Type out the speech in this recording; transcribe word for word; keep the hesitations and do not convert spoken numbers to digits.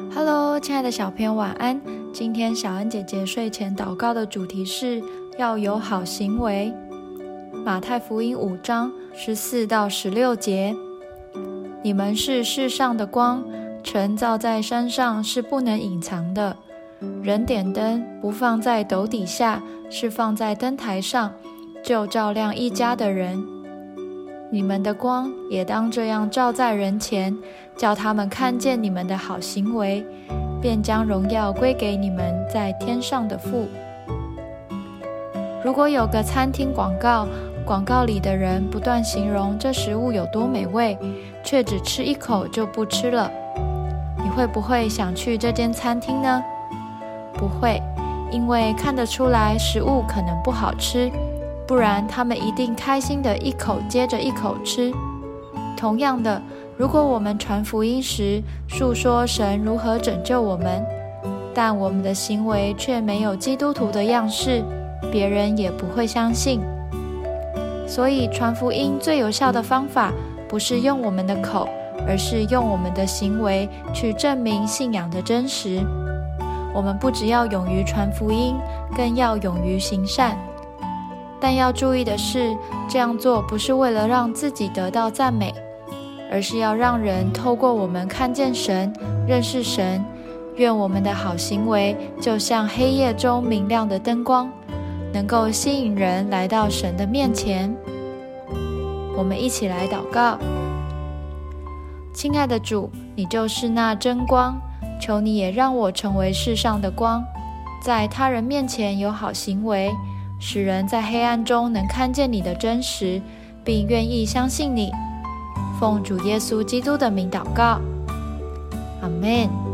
Hello， 亲爱的小朋友晚安。今天小恩姐姐睡前祷告的主题是要有好行为。马太福音五章十四到十六节，你们是世上的光，城造在山上是不能隐藏的。人点灯不放在斗底下，是放在灯台上，就照亮一家的人。你们的光也当这样照在人前，叫他们看见你们的好行为，便将荣耀归给你们在天上的父。如果有个餐厅广告，广告里的人不断形容这食物有多美味，却只吃一口就不吃了，你会不会想去这间餐厅呢？不会，因为看得出来食物可能不好吃，不然他们一定开心的一口接着一口吃。同样的，如果我们传福音时述说神如何拯救我们，但我们的行为却没有基督徒的样式，别人也不会相信。所以传福音最有效的方法，不是用我们的口，而是用我们的行为去证明信仰的真实。我们不只要勇于传福音，更要勇于行善。但要注意的是，这样做不是为了让自己得到赞美，而是要让人透过我们看见神，认识神。愿我们的好行为就像黑夜中明亮的灯光，能够吸引人来到神的面前。我们一起来祷告。亲爱的主，你就是那真光，求你也让我成为世上的光，在他人面前有好行为，使人在黑暗中能看见你的真实，并愿意相信你。奉主耶稣基督的名祷告，阿们。